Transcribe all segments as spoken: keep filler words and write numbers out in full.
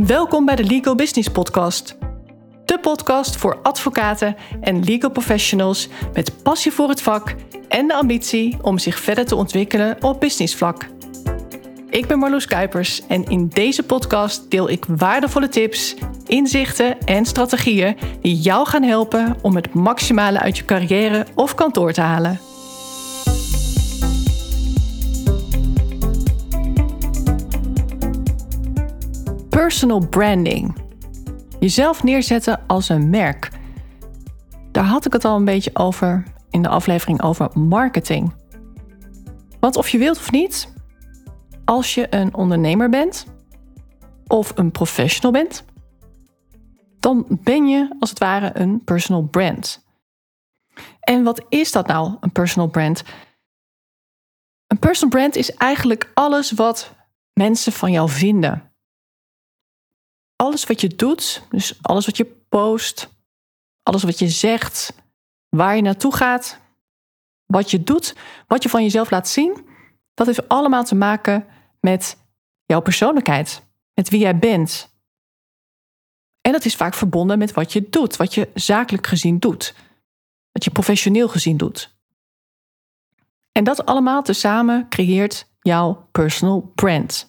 Welkom bij de Legal Business Podcast. De podcast voor advocaten en legal professionals met passie voor het vak en de ambitie om zich verder te ontwikkelen op businessvlak. Ik ben Marloes Kuipers en in deze podcast deel ik waardevolle tips, inzichten en strategieën die jou gaan helpen om het maximale uit je carrière of kantoor te halen. Personal branding. Jezelf neerzetten als een merk. Daar had ik het al een beetje over in de aflevering over marketing. Want of je wilt of niet, als je een ondernemer bent of een professional bent, dan ben je als het ware een personal brand. En wat is dat nou, een personal brand? Een personal brand is eigenlijk alles wat mensen van jou vinden. Alles wat je doet, dus alles wat je post, alles wat je zegt, waar je naartoe gaat, wat je doet, wat je van jezelf laat zien, dat heeft allemaal te maken met jouw persoonlijkheid, met wie jij bent. En dat is vaak verbonden met wat je doet, wat je zakelijk gezien doet, wat je professioneel gezien doet. En dat allemaal tezamen creëert jouw personal brand.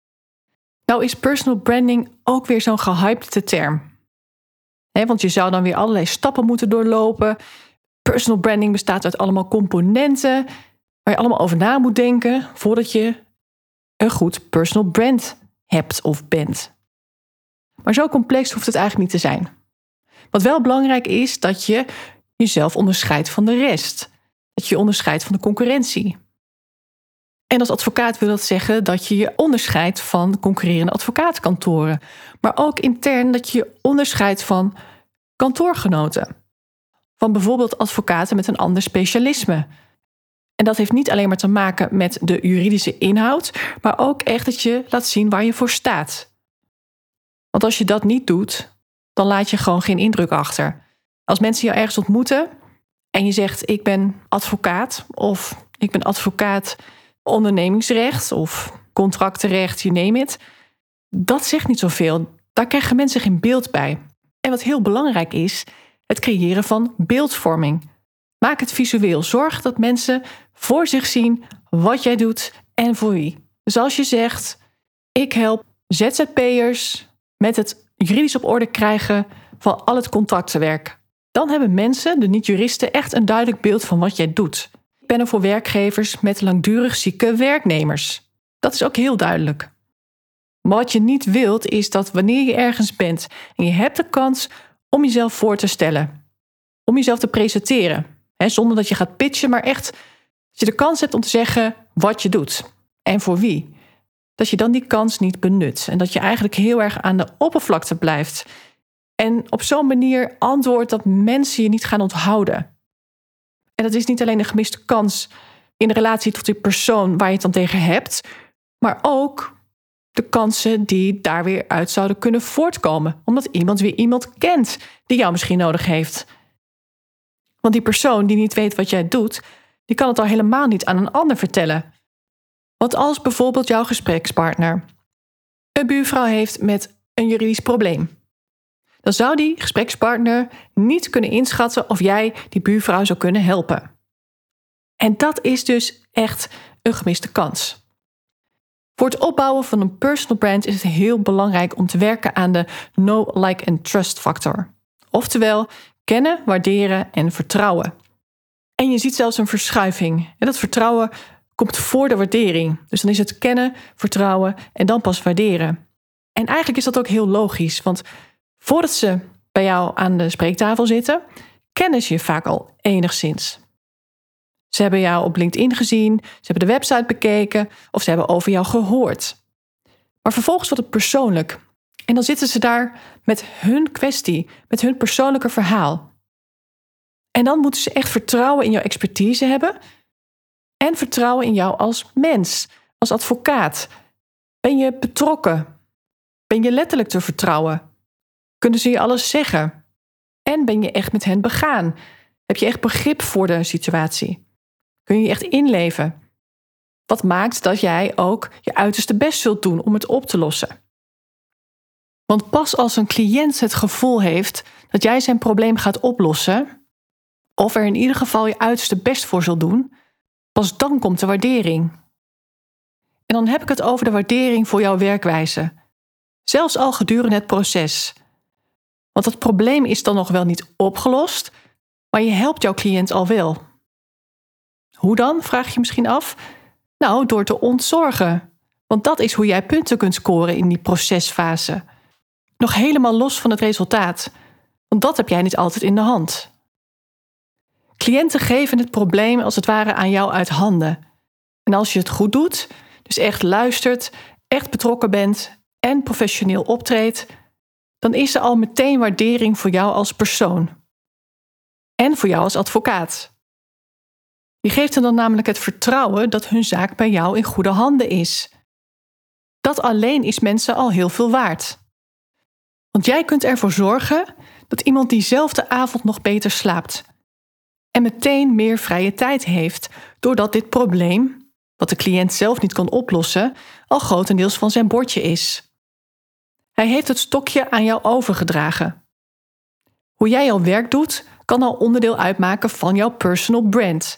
Nou is personal branding ook weer zo'n gehypte term. He, want je zou dan weer allerlei stappen moeten doorlopen. Personal branding bestaat uit allemaal componenten waar je allemaal over na moet denken voordat je een goed personal brand hebt of bent. Maar zo complex hoeft het eigenlijk niet te zijn. Wat wel belangrijk is, dat je jezelf onderscheidt van de rest. Dat je je onderscheidt van de concurrentie. En als advocaat wil dat zeggen dat je je onderscheidt van concurrerende advocatenkantoren. Maar ook intern dat je je onderscheidt van kantoorgenoten. Van bijvoorbeeld advocaten met een ander specialisme. En dat heeft niet alleen maar te maken met de juridische inhoud, maar ook echt dat je laat zien waar je voor staat. Want als je dat niet doet, dan laat je gewoon geen indruk achter. Als mensen jou ergens ontmoeten en je zegt ik ben advocaat of ik ben advocaat ondernemingsrecht of contractenrecht, you name it. Dat zegt niet zoveel. Daar krijgen mensen geen beeld bij. En wat heel belangrijk is, het creëren van beeldvorming. Maak het visueel. Zorg dat mensen voor zich zien wat jij doet en voor wie. Dus als je zegt, ik help Z Z P'ers met het juridisch op orde krijgen van al het contractenwerk, dan hebben mensen, de niet-juristen, echt een duidelijk beeld van wat jij doet. Ik ben er voor werkgevers met langdurig zieke werknemers. Dat is ook heel duidelijk. Maar wat je niet wilt is dat wanneer je ergens bent en je hebt de kans om jezelf voor te stellen, om jezelf te presenteren, hè, zonder dat je gaat pitchen, maar echt dat je de kans hebt om te zeggen wat je doet en voor wie. Dat je dan die kans niet benut en dat je eigenlijk heel erg aan de oppervlakte blijft en op zo'n manier antwoordt dat mensen je niet gaan onthouden. En dat is niet alleen een gemiste kans in relatie tot die persoon waar je het dan tegen hebt, maar ook de kansen die daar weer uit zouden kunnen voortkomen. Omdat iemand weer iemand kent die jou misschien nodig heeft. Want die persoon die niet weet wat jij doet, die kan het al helemaal niet aan een ander vertellen. Want als bijvoorbeeld jouw gesprekspartner een buurvrouw heeft met een juridisch probleem, dan zou die gesprekspartner niet kunnen inschatten of jij die buurvrouw zou kunnen helpen. En dat is dus echt een gemiste kans. Voor het opbouwen van een personal brand is het heel belangrijk om te werken aan de know, like en trust factor. Oftewel, kennen, waarderen en vertrouwen. En je ziet zelfs een verschuiving. En dat vertrouwen komt voor de waardering. Dus dan is het kennen, vertrouwen en dan pas waarderen. En eigenlijk is dat ook heel logisch, want voordat ze bij jou aan de spreektafel zitten, kennen ze je vaak al enigszins. Ze hebben jou op LinkedIn gezien, ze hebben de website bekeken of ze hebben over jou gehoord. Maar vervolgens wordt het persoonlijk. En dan zitten ze daar met hun kwestie, met hun persoonlijke verhaal. En dan moeten ze echt vertrouwen in jouw expertise hebben en vertrouwen in jou als mens, als advocaat. Ben je betrokken? Ben je letterlijk te vertrouwen? Kunnen ze je alles zeggen? En ben je echt met hen begaan? Heb je echt begrip voor de situatie? Kun je je echt inleven? Wat maakt dat jij ook je uiterste best zult doen om het op te lossen? Want pas als een cliënt het gevoel heeft dat jij zijn probleem gaat oplossen, of er in ieder geval je uiterste best voor zal doen, pas dan komt de waardering. En dan heb ik het over de waardering voor jouw werkwijze. Zelfs al gedurende het proces. Want het probleem is dan nog wel niet opgelost, maar je helpt jouw cliënt al wel. Hoe dan, vraag je misschien af? Nou, door te ontzorgen. Want dat is hoe jij punten kunt scoren in die procesfase. Nog helemaal los van het resultaat. Want dat heb jij niet altijd in de hand. Cliënten geven het probleem als het ware aan jou uit handen. En als je het goed doet, dus echt luistert, echt betrokken bent en professioneel optreedt, dan is er al meteen waardering voor jou als persoon. En voor jou als advocaat. Je geeft hen dan namelijk het vertrouwen dat hun zaak bij jou in goede handen is. Dat alleen is mensen al heel veel waard. Want jij kunt ervoor zorgen dat iemand diezelfde avond nog beter slaapt. En meteen meer vrije tijd heeft, doordat dit probleem, wat de cliënt zelf niet kan oplossen, al grotendeels van zijn bordje is. Hij heeft het stokje aan jou overgedragen. Hoe jij jouw werk doet, kan al onderdeel uitmaken van jouw personal brand.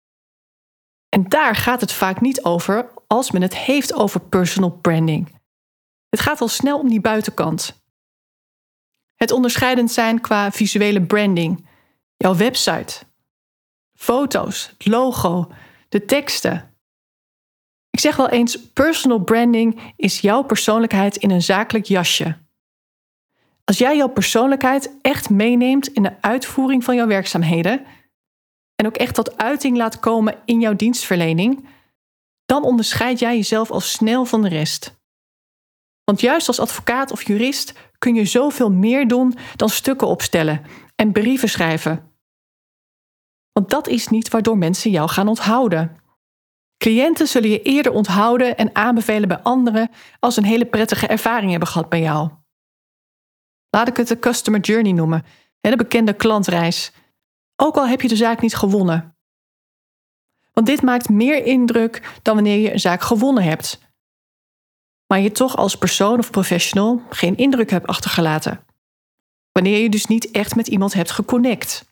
En daar gaat het vaak niet over als men het heeft over personal branding. Het gaat al snel om die buitenkant. Het onderscheidend zijn qua visuele branding, jouw website, foto's, het logo, de teksten. Ik zeg wel eens, personal branding is jouw persoonlijkheid in een zakelijk jasje. Als jij jouw persoonlijkheid echt meeneemt in de uitvoering van jouw werkzaamheden en ook echt tot uiting laat komen in jouw dienstverlening, dan onderscheid jij jezelf al snel van de rest. Want juist als advocaat of jurist kun je zoveel meer doen dan stukken opstellen en brieven schrijven. Want dat is niet waardoor mensen jou gaan onthouden. Cliënten zullen je eerder onthouden en aanbevelen bij anderen als ze een hele prettige ervaring hebben gehad bij jou. Laat ik het de customer journey noemen, de bekende klantreis. Ook al heb je de zaak niet gewonnen. Want dit maakt meer indruk dan wanneer je een zaak gewonnen hebt. Maar je toch als persoon of professional geen indruk hebt achtergelaten. Wanneer je dus niet echt met iemand hebt geconnect.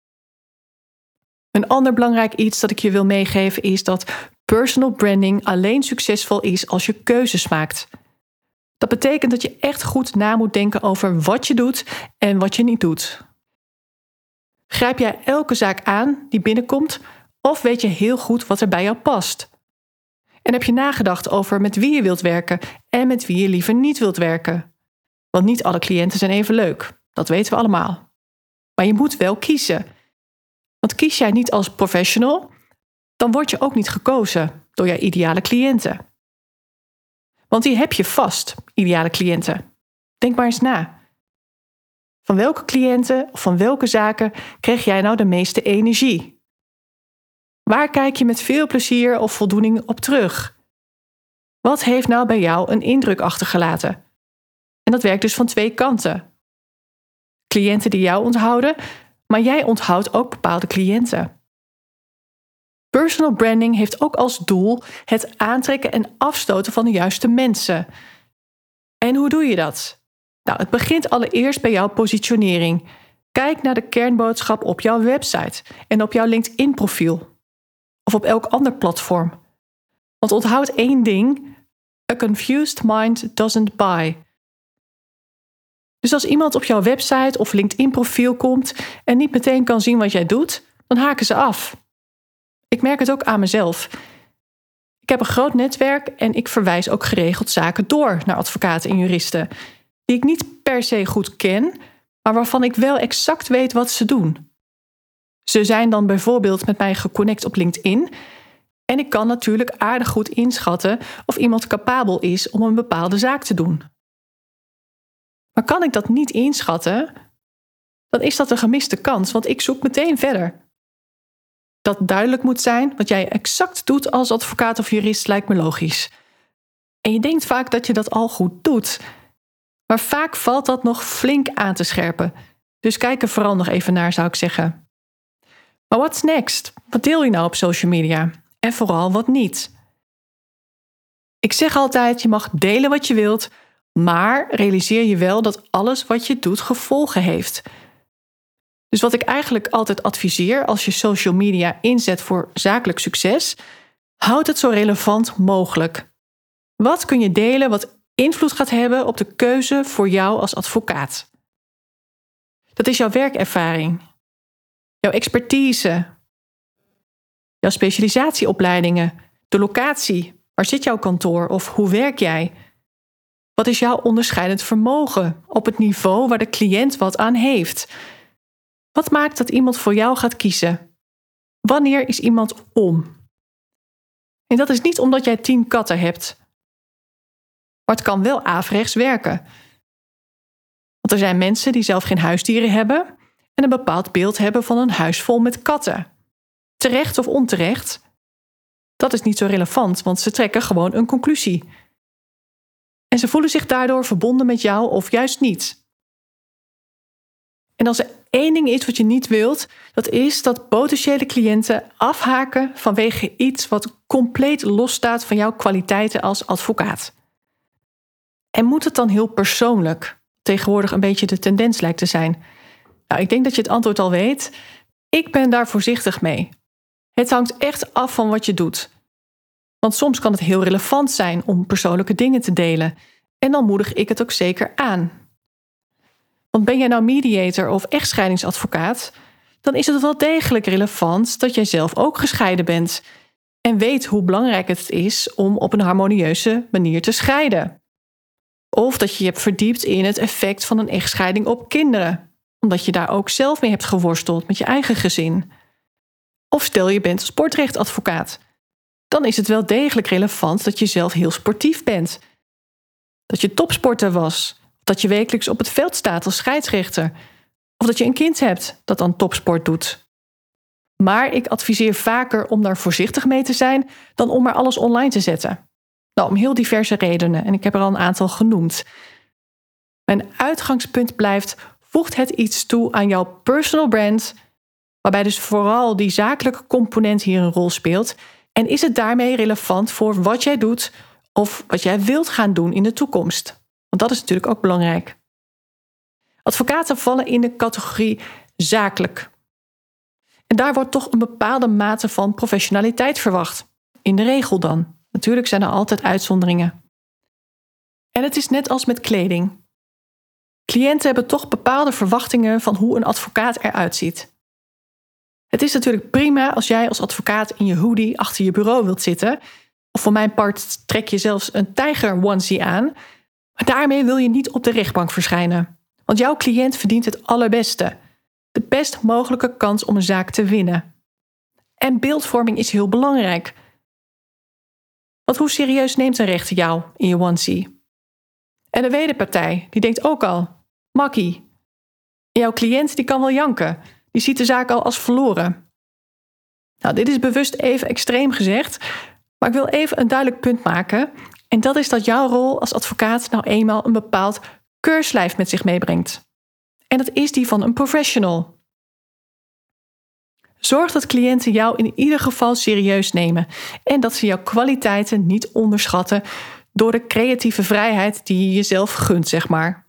Een ander belangrijk iets dat ik je wil meegeven is dat personal branding alleen succesvol is als je keuzes maakt. Dat betekent dat je echt goed na moet denken over wat je doet en wat je niet doet. Grijp jij elke zaak aan die binnenkomt of weet je heel goed wat er bij jou past? En heb je nagedacht over met wie je wilt werken en met wie je liever niet wilt werken? Want niet alle cliënten zijn even leuk, dat weten we allemaal. Maar je moet wel kiezen. Want kies jij niet als professional, dan word je ook niet gekozen door jouw ideale cliënten. Want die heb je vast, ideale cliënten. Denk maar eens na. Van welke cliënten of van welke zaken kreeg jij nou de meeste energie? Waar kijk je met veel plezier of voldoening op terug? Wat heeft nou bij jou een indruk achtergelaten? En dat werkt dus van twee kanten. Cliënten die jou onthouden, maar jij onthoudt ook bepaalde cliënten. Personal branding heeft ook als doel het aantrekken en afstoten van de juiste mensen. En hoe doe je dat? Nou, het begint allereerst bij jouw positionering. Kijk naar de kernboodschap op jouw website en op jouw LinkedIn-profiel. Of op elk ander platform. Want onthoud één ding: a confused mind doesn't buy. Dus als iemand op jouw website of LinkedIn-profiel komt en niet meteen kan zien wat jij doet, dan haken ze af. Ik merk het ook aan mezelf. Ik heb een groot netwerk en ik verwijs ook geregeld zaken door naar advocaten en juristen, die ik niet per se goed ken, maar waarvan ik wel exact weet wat ze doen. Ze zijn dan bijvoorbeeld met mij geconnect op LinkedIn en ik kan natuurlijk aardig goed inschatten of iemand capabel is om een bepaalde zaak te doen. Maar kan ik dat niet inschatten, dan is dat een gemiste kans, want ik zoek meteen verder. Dat duidelijk moet zijn wat jij exact doet als advocaat of jurist lijkt me logisch. En je denkt vaak dat je dat al goed doet, maar vaak valt dat nog flink aan te scherpen. Dus kijk er vooral nog even naar, zou ik zeggen. Maar what's next? Wat deel je nou op social media? En vooral wat niet? Ik zeg altijd, je mag delen wat je wilt, Maar realiseer je wel dat alles wat je doet gevolgen heeft. Dus wat ik eigenlijk altijd adviseer als je social media inzet voor zakelijk succes, houd het zo relevant mogelijk. Wat kun je delen wat invloed gaat hebben op de keuze voor jou als advocaat? Dat is jouw werkervaring, jouw expertise, jouw specialisatieopleidingen, de locatie, waar zit jouw kantoor of hoe werk jij? Wat is jouw onderscheidend vermogen op het niveau waar de cliënt wat aan heeft? Wat maakt dat iemand voor jou gaat kiezen? Wanneer is iemand om? En dat is niet omdat jij tien katten hebt. Maar het kan wel averechts werken. Want er zijn mensen die zelf geen huisdieren hebben en een bepaald beeld hebben van een huis vol met katten. Terecht of onterecht, dat is niet zo relevant, want ze trekken gewoon een conclusie. En ze voelen zich daardoor verbonden met jou of juist niet. En als er één ding is wat je niet wilt, dat is dat potentiële cliënten afhaken vanwege iets wat compleet losstaat van jouw kwaliteiten als advocaat. En moet het dan heel persoonlijk? Tegenwoordig een beetje de tendens lijkt te zijn. Nou, ik denk dat je het antwoord al weet. Ik ben daar voorzichtig mee. Het hangt echt af van wat je doet. Want soms kan het heel relevant zijn om persoonlijke dingen te delen. En dan moedig ik het ook zeker aan. Want ben jij nou mediator of echtscheidingsadvocaat, dan is het wel degelijk relevant dat jij zelf ook gescheiden bent en weet hoe belangrijk het is om op een harmonieuze manier te scheiden. Of dat je je hebt verdiept in het effect van een echtscheiding op kinderen, omdat je daar ook zelf mee hebt geworsteld met je eigen gezin. Of stel je bent sportrechtadvocaat, dan is het wel degelijk relevant dat je zelf heel sportief bent. Dat je topsporter was, of dat je wekelijks op het veld staat als scheidsrechter, of dat je een kind hebt dat dan topsport doet. Maar ik adviseer vaker om daar voorzichtig mee te zijn dan om maar alles online te zetten. Nou, om heel diverse redenen, en ik heb er al een aantal genoemd. Mijn uitgangspunt blijft, voegt het iets toe aan jouw personal brand, waarbij dus vooral die zakelijke component hier een rol speelt, en is het daarmee relevant voor wat jij doet of wat jij wilt gaan doen in de toekomst? Want dat is natuurlijk ook belangrijk. Advocaten vallen in de categorie zakelijk. En daar wordt toch een bepaalde mate van professionaliteit verwacht. In de regel dan. Natuurlijk zijn er altijd uitzonderingen. En het is net als met kleding. Cliënten hebben toch bepaalde verwachtingen van hoe een advocaat eruit ziet. Het is natuurlijk prima als jij als advocaat in je hoodie achter je bureau wilt zitten. Of voor mijn part trek je zelfs een tijger onesie aan. Maar daarmee wil je niet op de rechtbank verschijnen. Want jouw cliënt verdient het allerbeste. De best mogelijke kans om een zaak te winnen. En beeldvorming is heel belangrijk. Want hoe serieus neemt een rechter jou in je onesie? En de wederpartij, die denkt ook al, makkie. En jouw cliënt die kan wel janken. Die ziet de zaak al als verloren. Nou, dit is bewust even extreem gezegd, maar ik wil even een duidelijk punt maken. En dat is dat jouw rol als advocaat nou eenmaal een bepaald keurslijf met zich meebrengt. En dat is die van een professional. Zorg dat cliënten jou in ieder geval serieus nemen en dat ze jouw kwaliteiten niet onderschatten door de creatieve vrijheid die je jezelf gunt, zeg maar.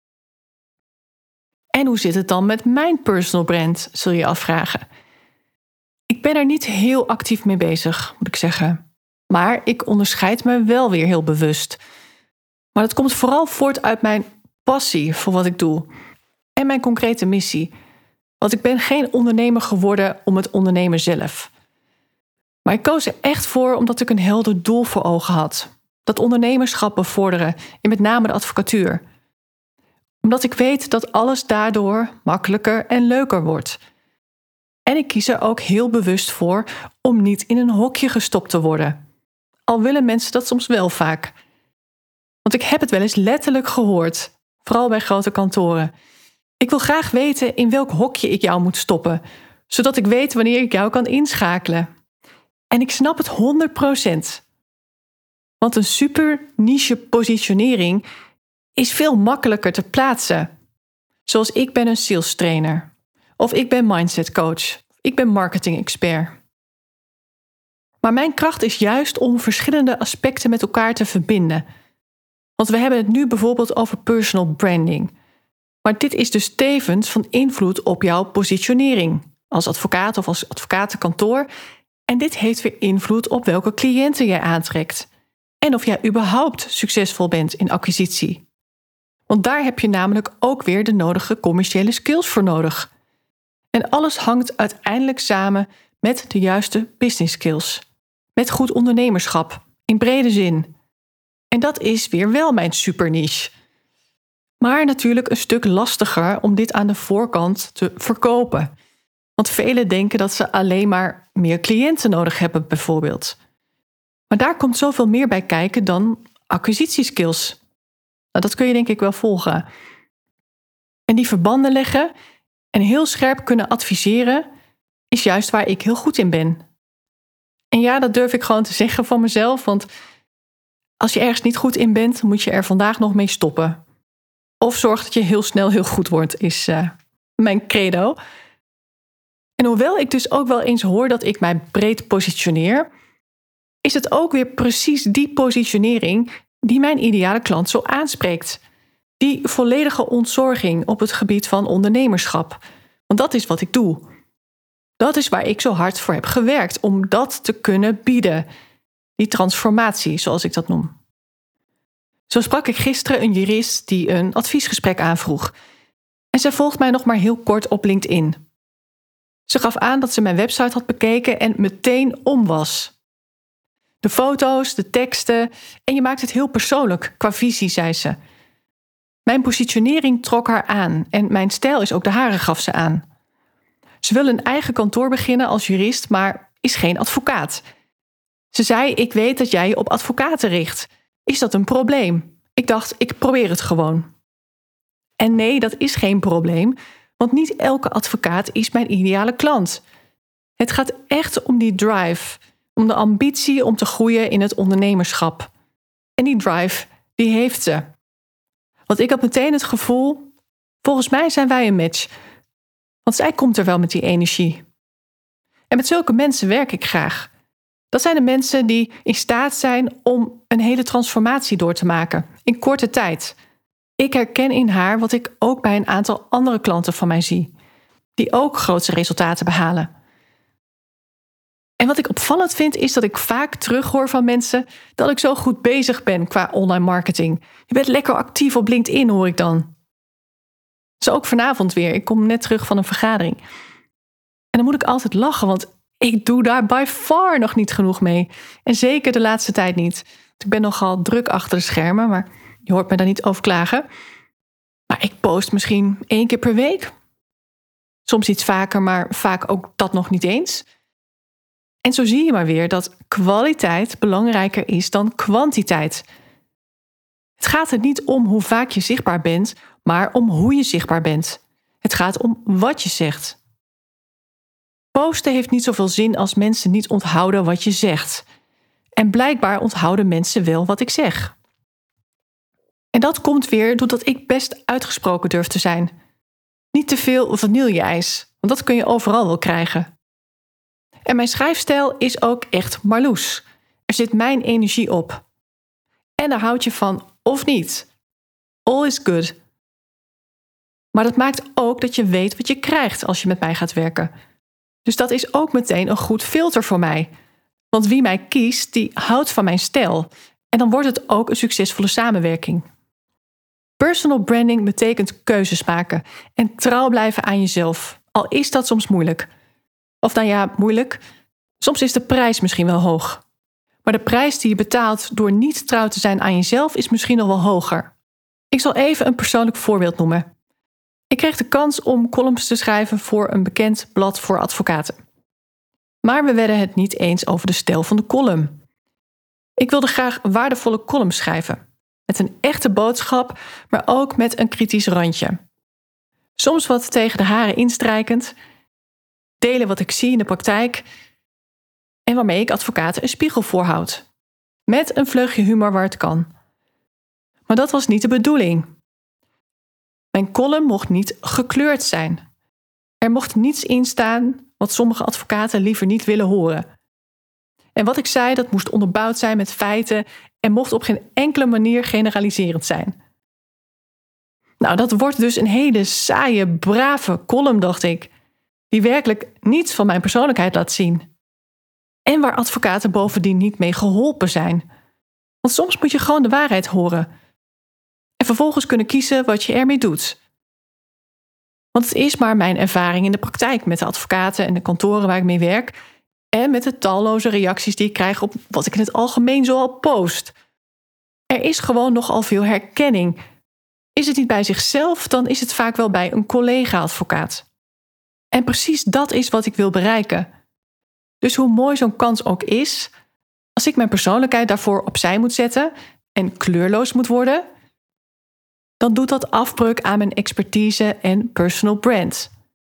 En hoe zit het dan met mijn personal brand, zul je je afvragen. Ik ben er niet heel actief mee bezig, moet ik zeggen. Maar ik onderscheid me wel weer heel bewust. Maar dat komt vooral voort uit mijn passie voor wat ik doe en mijn concrete missie. Want ik ben geen ondernemer geworden om het ondernemen zelf. Maar ik koos er echt voor omdat ik een helder doel voor ogen had. Dat ondernemerschap bevorderen, en met name de advocatuur. Omdat ik weet dat alles daardoor makkelijker en leuker wordt. En ik kies er ook heel bewust voor om niet in een hokje gestopt te worden. Al willen mensen dat soms wel vaak. Want ik heb het wel eens letterlijk gehoord, vooral bij grote kantoren. Ik wil graag weten in welk hokje ik jou moet stoppen, zodat ik weet wanneer ik jou kan inschakelen. En ik snap het honderd procent. Want een super niche positionering is veel makkelijker te plaatsen. Zoals ik ben een sales trainer. Of ik ben mindset coach. Ik ben marketing expert. Maar mijn kracht is juist om verschillende aspecten met elkaar te verbinden. Want we hebben het nu bijvoorbeeld over personal branding. Maar dit is dus tevens van invloed op jouw positionering als advocaat of als advocatenkantoor. En dit heeft weer invloed op welke cliënten jij aantrekt. En of jij überhaupt succesvol bent in acquisitie. Want daar heb je namelijk ook weer de nodige commerciële skills voor nodig. En alles hangt uiteindelijk samen met de juiste business skills. Met goed ondernemerschap, in brede zin. En dat is weer wel mijn superniche. Maar natuurlijk een stuk lastiger om dit aan de voorkant te verkopen. Want velen denken dat ze alleen maar meer cliënten nodig hebben, bijvoorbeeld. Maar daar komt zoveel meer bij kijken dan acquisitieskills. Nou, dat kun je denk ik wel volgen. En die verbanden leggen en heel scherp kunnen adviseren is juist waar ik heel goed in ben. En ja, dat durf ik gewoon te zeggen van mezelf, want als je ergens niet goed in bent, moet je er vandaag nog mee stoppen. Of zorg dat je heel snel heel goed wordt, is uh, mijn credo. En hoewel ik dus ook wel eens hoor dat ik mij breed positioneer, is het ook weer precies die positionering die mijn ideale klant zo aanspreekt. Die volledige ontzorging op het gebied van ondernemerschap. Want dat is wat ik doe. Dat is waar ik zo hard voor heb gewerkt, om dat te kunnen bieden. Die transformatie, zoals ik dat noem. Zo sprak ik gisteren een jurist die een adviesgesprek aanvroeg. En zij volgt mij nog maar heel kort op LinkedIn. Ze gaf aan dat ze mijn website had bekeken en meteen om was. De foto's, de teksten en je maakt het heel persoonlijk qua visie, zei ze. Mijn positionering trok haar aan en mijn stijl is ook de hare, gaf ze aan. Ze wil een eigen kantoor beginnen als jurist, maar is geen advocaat. Ze zei, ik weet dat jij je op advocaten richt. Is dat een probleem? Ik dacht, ik probeer het gewoon. En nee, dat is geen probleem, want niet elke advocaat is mijn ideale klant. Het gaat echt om die drive, om de ambitie om te groeien in het ondernemerschap. En die drive, die heeft ze. Want ik had meteen het gevoel, volgens mij zijn wij een match. Want zij komt er wel met die energie. En met zulke mensen werk ik graag. Dat zijn de mensen die in staat zijn om een hele transformatie door te maken. In korte tijd. Ik herken in haar wat ik ook bij een aantal andere klanten van mij zie. Die ook grootse resultaten behalen. En wat ik opvallend vind is dat ik vaak terughoor van mensen dat ik zo goed bezig ben qua online marketing. Je bent lekker actief op LinkedIn, hoor ik dan. Zo ook vanavond weer. Ik kom net terug van een vergadering. En dan moet ik altijd lachen, want ik doe daar by far nog niet genoeg mee. En zeker de laatste tijd niet. Want ik ben nogal druk achter de schermen, maar je hoort me daar niet over klagen. Maar ik post misschien één keer per week. Soms iets vaker, maar vaak ook dat nog niet eens. En zo zie je maar weer dat kwaliteit belangrijker is dan kwantiteit. Het gaat er niet om hoe vaak je zichtbaar bent, maar om hoe je zichtbaar bent. Het gaat om wat je zegt. Posten heeft niet zoveel zin als mensen niet onthouden wat je zegt. En blijkbaar onthouden mensen wel wat ik zeg. En dat komt weer doordat ik best uitgesproken durf te zijn. Niet te veel vanille-ijs, want dat kun je overal wel krijgen. En mijn schrijfstijl is ook echt Marloes. Er zit mijn energie op. En daar houd je van of niet. All is good. Maar dat maakt ook dat je weet wat je krijgt als je met mij gaat werken. Dus dat is ook meteen een goed filter voor mij. Want wie mij kiest, die houdt van mijn stijl. En dan wordt het ook een succesvolle samenwerking. Personal branding betekent keuzes maken en trouw blijven aan jezelf. Al is dat soms moeilijk. Of nou ja, moeilijk. Soms is de prijs misschien wel hoog. Maar de prijs die je betaalt door niet trouw te zijn aan jezelf is misschien nog wel hoger. Ik zal even een persoonlijk voorbeeld noemen. Ik kreeg de kans om columns te schrijven voor een bekend blad voor advocaten. Maar we werden het niet eens over de stijl van de column. Ik wilde graag waardevolle columns schrijven. Met een echte boodschap, maar ook met een kritisch randje. Soms wat tegen de haren instrijkend. Delen wat ik zie in de praktijk. En waarmee ik advocaten een spiegel voorhoud. Met een vleugje humor waar het kan. Maar dat was niet de bedoeling. Mijn column mocht niet gekleurd zijn. Er mocht niets in staan wat sommige advocaten liever niet willen horen. En wat ik zei, dat moest onderbouwd zijn met feiten en mocht op geen enkele manier generaliserend zijn. Nou, dat wordt dus een hele saaie, brave column, dacht ik, die werkelijk niets van mijn persoonlijkheid laat zien. En waar advocaten bovendien niet mee geholpen zijn. Want soms moet je gewoon de waarheid horen. En vervolgens kunnen kiezen wat je ermee doet. Want het is maar mijn ervaring in de praktijk met de advocaten en de kantoren waar ik mee werk en met de talloze reacties die ik krijg op wat ik in het algemeen zoal post. Er is gewoon nogal veel herkenning. Is het niet bij zichzelf, dan is het vaak wel bij een collega-advocaat. En precies dat is wat ik wil bereiken. Dus hoe mooi zo'n kans ook is, als ik mijn persoonlijkheid daarvoor opzij moet zetten en kleurloos moet worden, dan doet dat afbreuk aan mijn expertise en personal brand.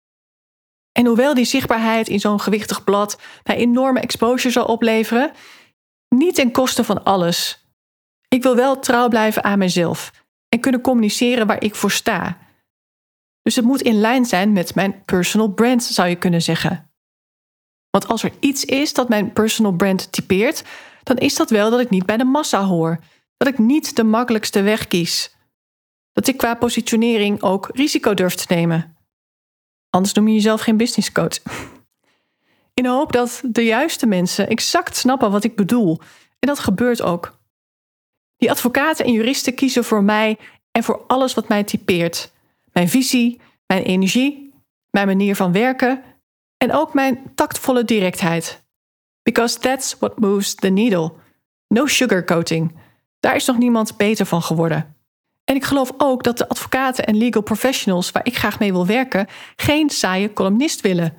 En hoewel die zichtbaarheid in zo'n gewichtig blad mij enorme exposure zal opleveren, niet ten koste van alles. Ik wil wel trouw blijven aan mezelf en kunnen communiceren waar ik voor sta. Dus het moet in lijn zijn met mijn personal brand, zou je kunnen zeggen. Want als er iets is dat mijn personal brand typeert, dan is dat wel dat ik niet bij de massa hoor. Dat ik niet de makkelijkste weg kies. Dat ik qua positionering ook risico durf te nemen. Anders noem je jezelf geen business coach. In de hoop dat de juiste mensen exact snappen wat ik bedoel. En dat gebeurt ook. Die advocaten en juristen kiezen voor mij en voor alles wat mij typeert. Mijn visie, mijn energie, mijn manier van werken en ook mijn tactvolle directheid. Because that's what moves the needle. No sugarcoating. Daar is nog niemand beter van geworden. En ik geloof ook dat de advocaten en legal professionals waar ik graag mee wil werken geen saaie columnist willen.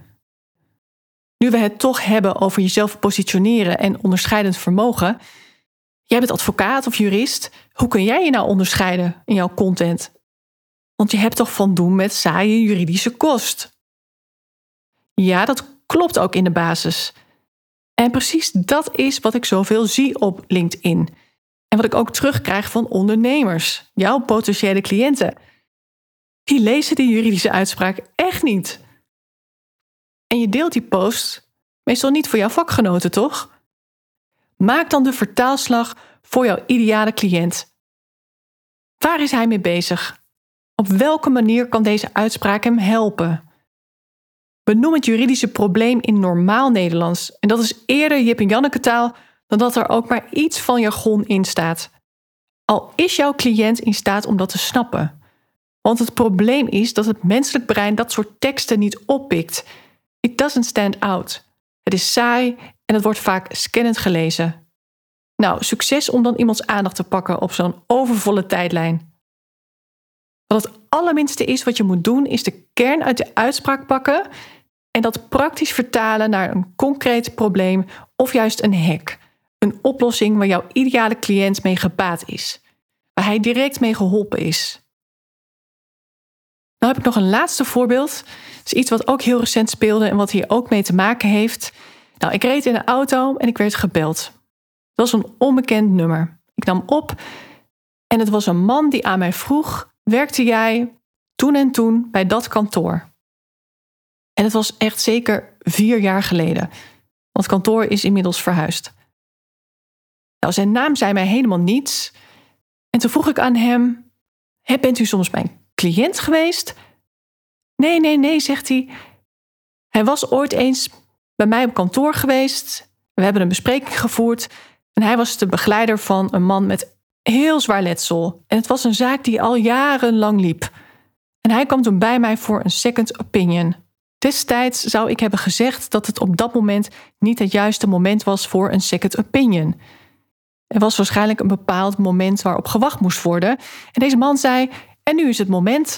Nu we het toch hebben over jezelf positioneren en onderscheidend vermogen. Jij bent advocaat of jurist. Hoe kun jij je nou onderscheiden in jouw content? Want je hebt toch van doen met saaie juridische kost. Ja, dat klopt ook in de basis. En precies dat is wat ik zoveel zie op LinkedIn. En wat ik ook terugkrijg van ondernemers, jouw potentiële cliënten. Die lezen die juridische uitspraak echt niet. En je deelt die post meestal niet voor jouw vakgenoten, toch? Maak dan de vertaalslag voor jouw ideale cliënt. Waar is hij mee bezig? Op welke manier kan deze uitspraak hem helpen? Benoem het juridische probleem in normaal Nederlands. En dat is eerder Jip en Janneke taal dan dat er ook maar iets van jargon in staat. Al is jouw cliënt in staat om dat te snappen. Want het probleem is dat het menselijk brein dat soort teksten niet oppikt. It doesn't stand out. Het is saai en het wordt vaak scannend gelezen. Nou, succes om dan iemands aandacht te pakken op zo'n overvolle tijdlijn. Wat het allerminste is wat je moet doen, is de kern uit de uitspraak pakken en dat praktisch vertalen naar een concreet probleem of juist een hack. Een oplossing waar jouw ideale cliënt mee gebaat is. Waar hij direct mee geholpen is. Nou heb ik nog een laatste voorbeeld. Dat is iets wat ook heel recent speelde en wat hier ook mee te maken heeft. Nou, ik reed in een auto en ik werd gebeld. Dat was een onbekend nummer. Ik nam op en het was een man die aan mij vroeg: werkte jij toen en toen bij dat kantoor? En het was echt zeker vier jaar geleden. Want het kantoor is inmiddels verhuisd. Nou, zijn naam zei mij helemaal niets. En toen vroeg ik aan hem: He, bent u soms mijn cliënt geweest? Nee, nee, nee, zegt hij. Hij was ooit eens bij mij op kantoor geweest. We hebben een bespreking gevoerd. En hij was de begeleider van een man met heel zwaar letsel. En het was een zaak die al jarenlang liep. En hij kwam toen bij mij voor een second opinion. Destijds zou ik hebben gezegd dat het op dat moment niet het juiste moment was voor een second opinion. Er was waarschijnlijk een bepaald moment waarop gewacht moest worden. En deze man zei: en nu is het moment.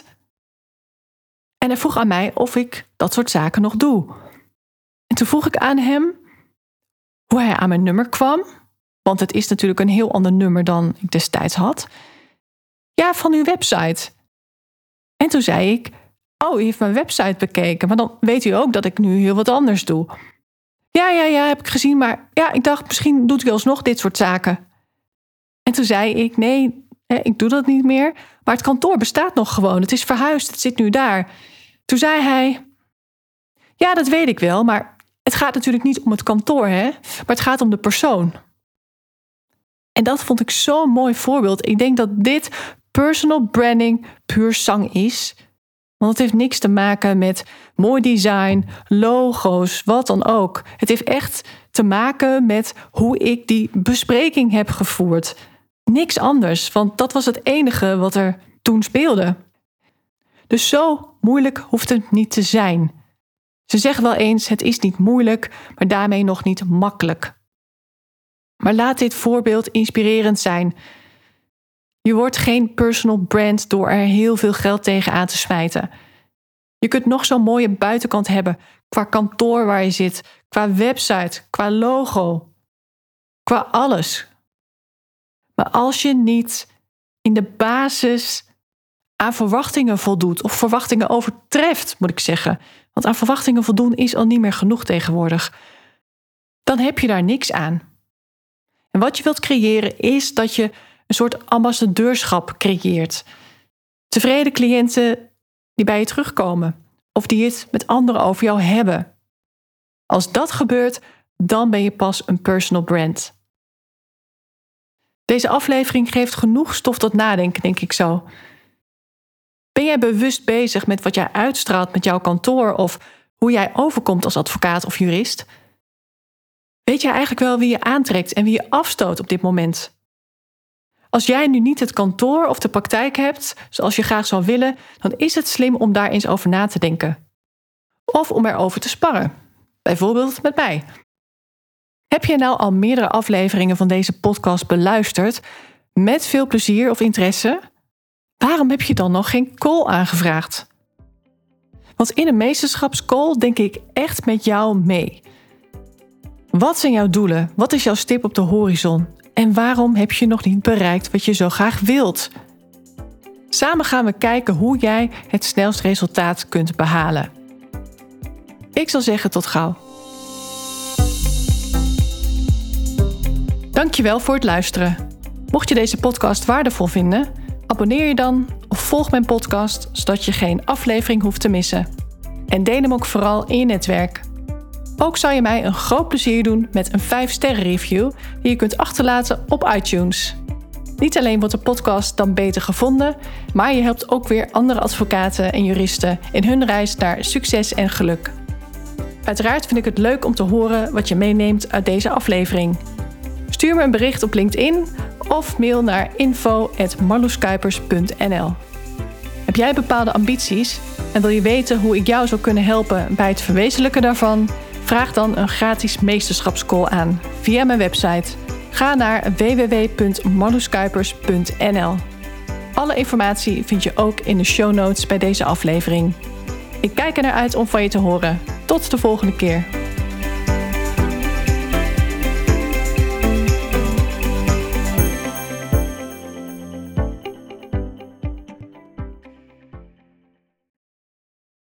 En hij vroeg aan mij of ik dat soort zaken nog doe. En toen vroeg ik aan hem hoe hij aan mijn nummer kwam. Want het is natuurlijk een heel ander nummer dan ik destijds had. Ja, van uw website. En toen zei ik: oh, u heeft mijn website bekeken. Maar dan weet u ook dat ik nu heel wat anders doe. Ja, ja, ja, heb ik gezien. Maar ja, ik dacht, misschien doet u alsnog dit soort zaken. En toen zei ik: nee, ik doe dat niet meer. Maar het kantoor bestaat nog gewoon. Het is verhuisd, het zit nu daar. Toen zei hij: ja, dat weet ik wel. Maar het gaat natuurlijk niet om het kantoor, hè? Maar het gaat om de persoon. En dat vond ik zo'n mooi voorbeeld. Ik denk dat dit personal branding puur zang is. Want het heeft niks te maken met mooi design, logo's, wat dan ook. Het heeft echt te maken met hoe ik die bespreking heb gevoerd. Niks anders, want dat was het enige wat er toen speelde. Dus zo moeilijk hoeft het niet te zijn. Ze zeggen wel eens, het is niet moeilijk, maar daarmee nog niet makkelijk. Maar laat dit voorbeeld inspirerend zijn. Je wordt geen personal brand door er heel veel geld tegenaan te smijten. Je kunt nog zo'n mooie buitenkant hebben qua kantoor waar je zit, qua website, qua logo, qua alles. Maar als je niet in de basis aan verwachtingen voldoet, of verwachtingen overtreft, moet ik zeggen, want aan verwachtingen voldoen is al niet meer genoeg tegenwoordig, dan heb je daar niks aan. En wat je wilt creëren is dat je een soort ambassadeurschap creëert. Tevreden cliënten die bij je terugkomen of die het met anderen over jou hebben. Als dat gebeurt, dan ben je pas een personal brand. Deze aflevering geeft genoeg stof tot nadenken, denk ik zo. Ben jij bewust bezig met wat jij uitstraalt met jouw kantoor of hoe jij overkomt als advocaat of jurist? Weet jij eigenlijk wel wie je aantrekt en wie je afstoot op dit moment? Als jij nu niet het kantoor of de praktijk hebt zoals je graag zou willen, dan is het slim om daar eens over na te denken. Of om erover te sparren. Bijvoorbeeld met mij. Heb je nou al meerdere afleveringen van deze podcast beluisterd met veel plezier of interesse? Waarom heb je dan nog geen call aangevraagd? Want in een meesterschapscall denk ik echt met jou mee. Wat zijn jouw doelen? Wat is jouw stip op de horizon? En waarom heb je nog niet bereikt wat je zo graag wilt? Samen gaan we kijken hoe jij het snelst resultaat kunt behalen. Ik zal zeggen tot gauw. Dankjewel voor het luisteren. Mocht je deze podcast waardevol vinden, abonneer je dan of volg mijn podcast, zodat je geen aflevering hoeft te missen. En deel hem ook vooral in je netwerk. Ook zou je mij een groot plezier doen met een vijf sterren review die je kunt achterlaten op iTunes. Niet alleen wordt de podcast dan beter gevonden, maar je helpt ook weer andere advocaten en juristen in hun reis naar succes en geluk. Uiteraard vind ik het leuk om te horen wat je meeneemt uit deze aflevering. Stuur me een bericht op LinkedIn of mail naar info at marloeskuipers punt n l. Heb jij bepaalde ambities en wil je weten hoe ik jou zou kunnen helpen bij het verwezenlijken daarvan? Vraag dan een gratis meesterschapscall aan via mijn website. Ga naar w w w punt marloeskuipers punt n l. Alle informatie vind je ook in de show notes bij deze aflevering. Ik kijk er naar uit om van je te horen. Tot de volgende keer.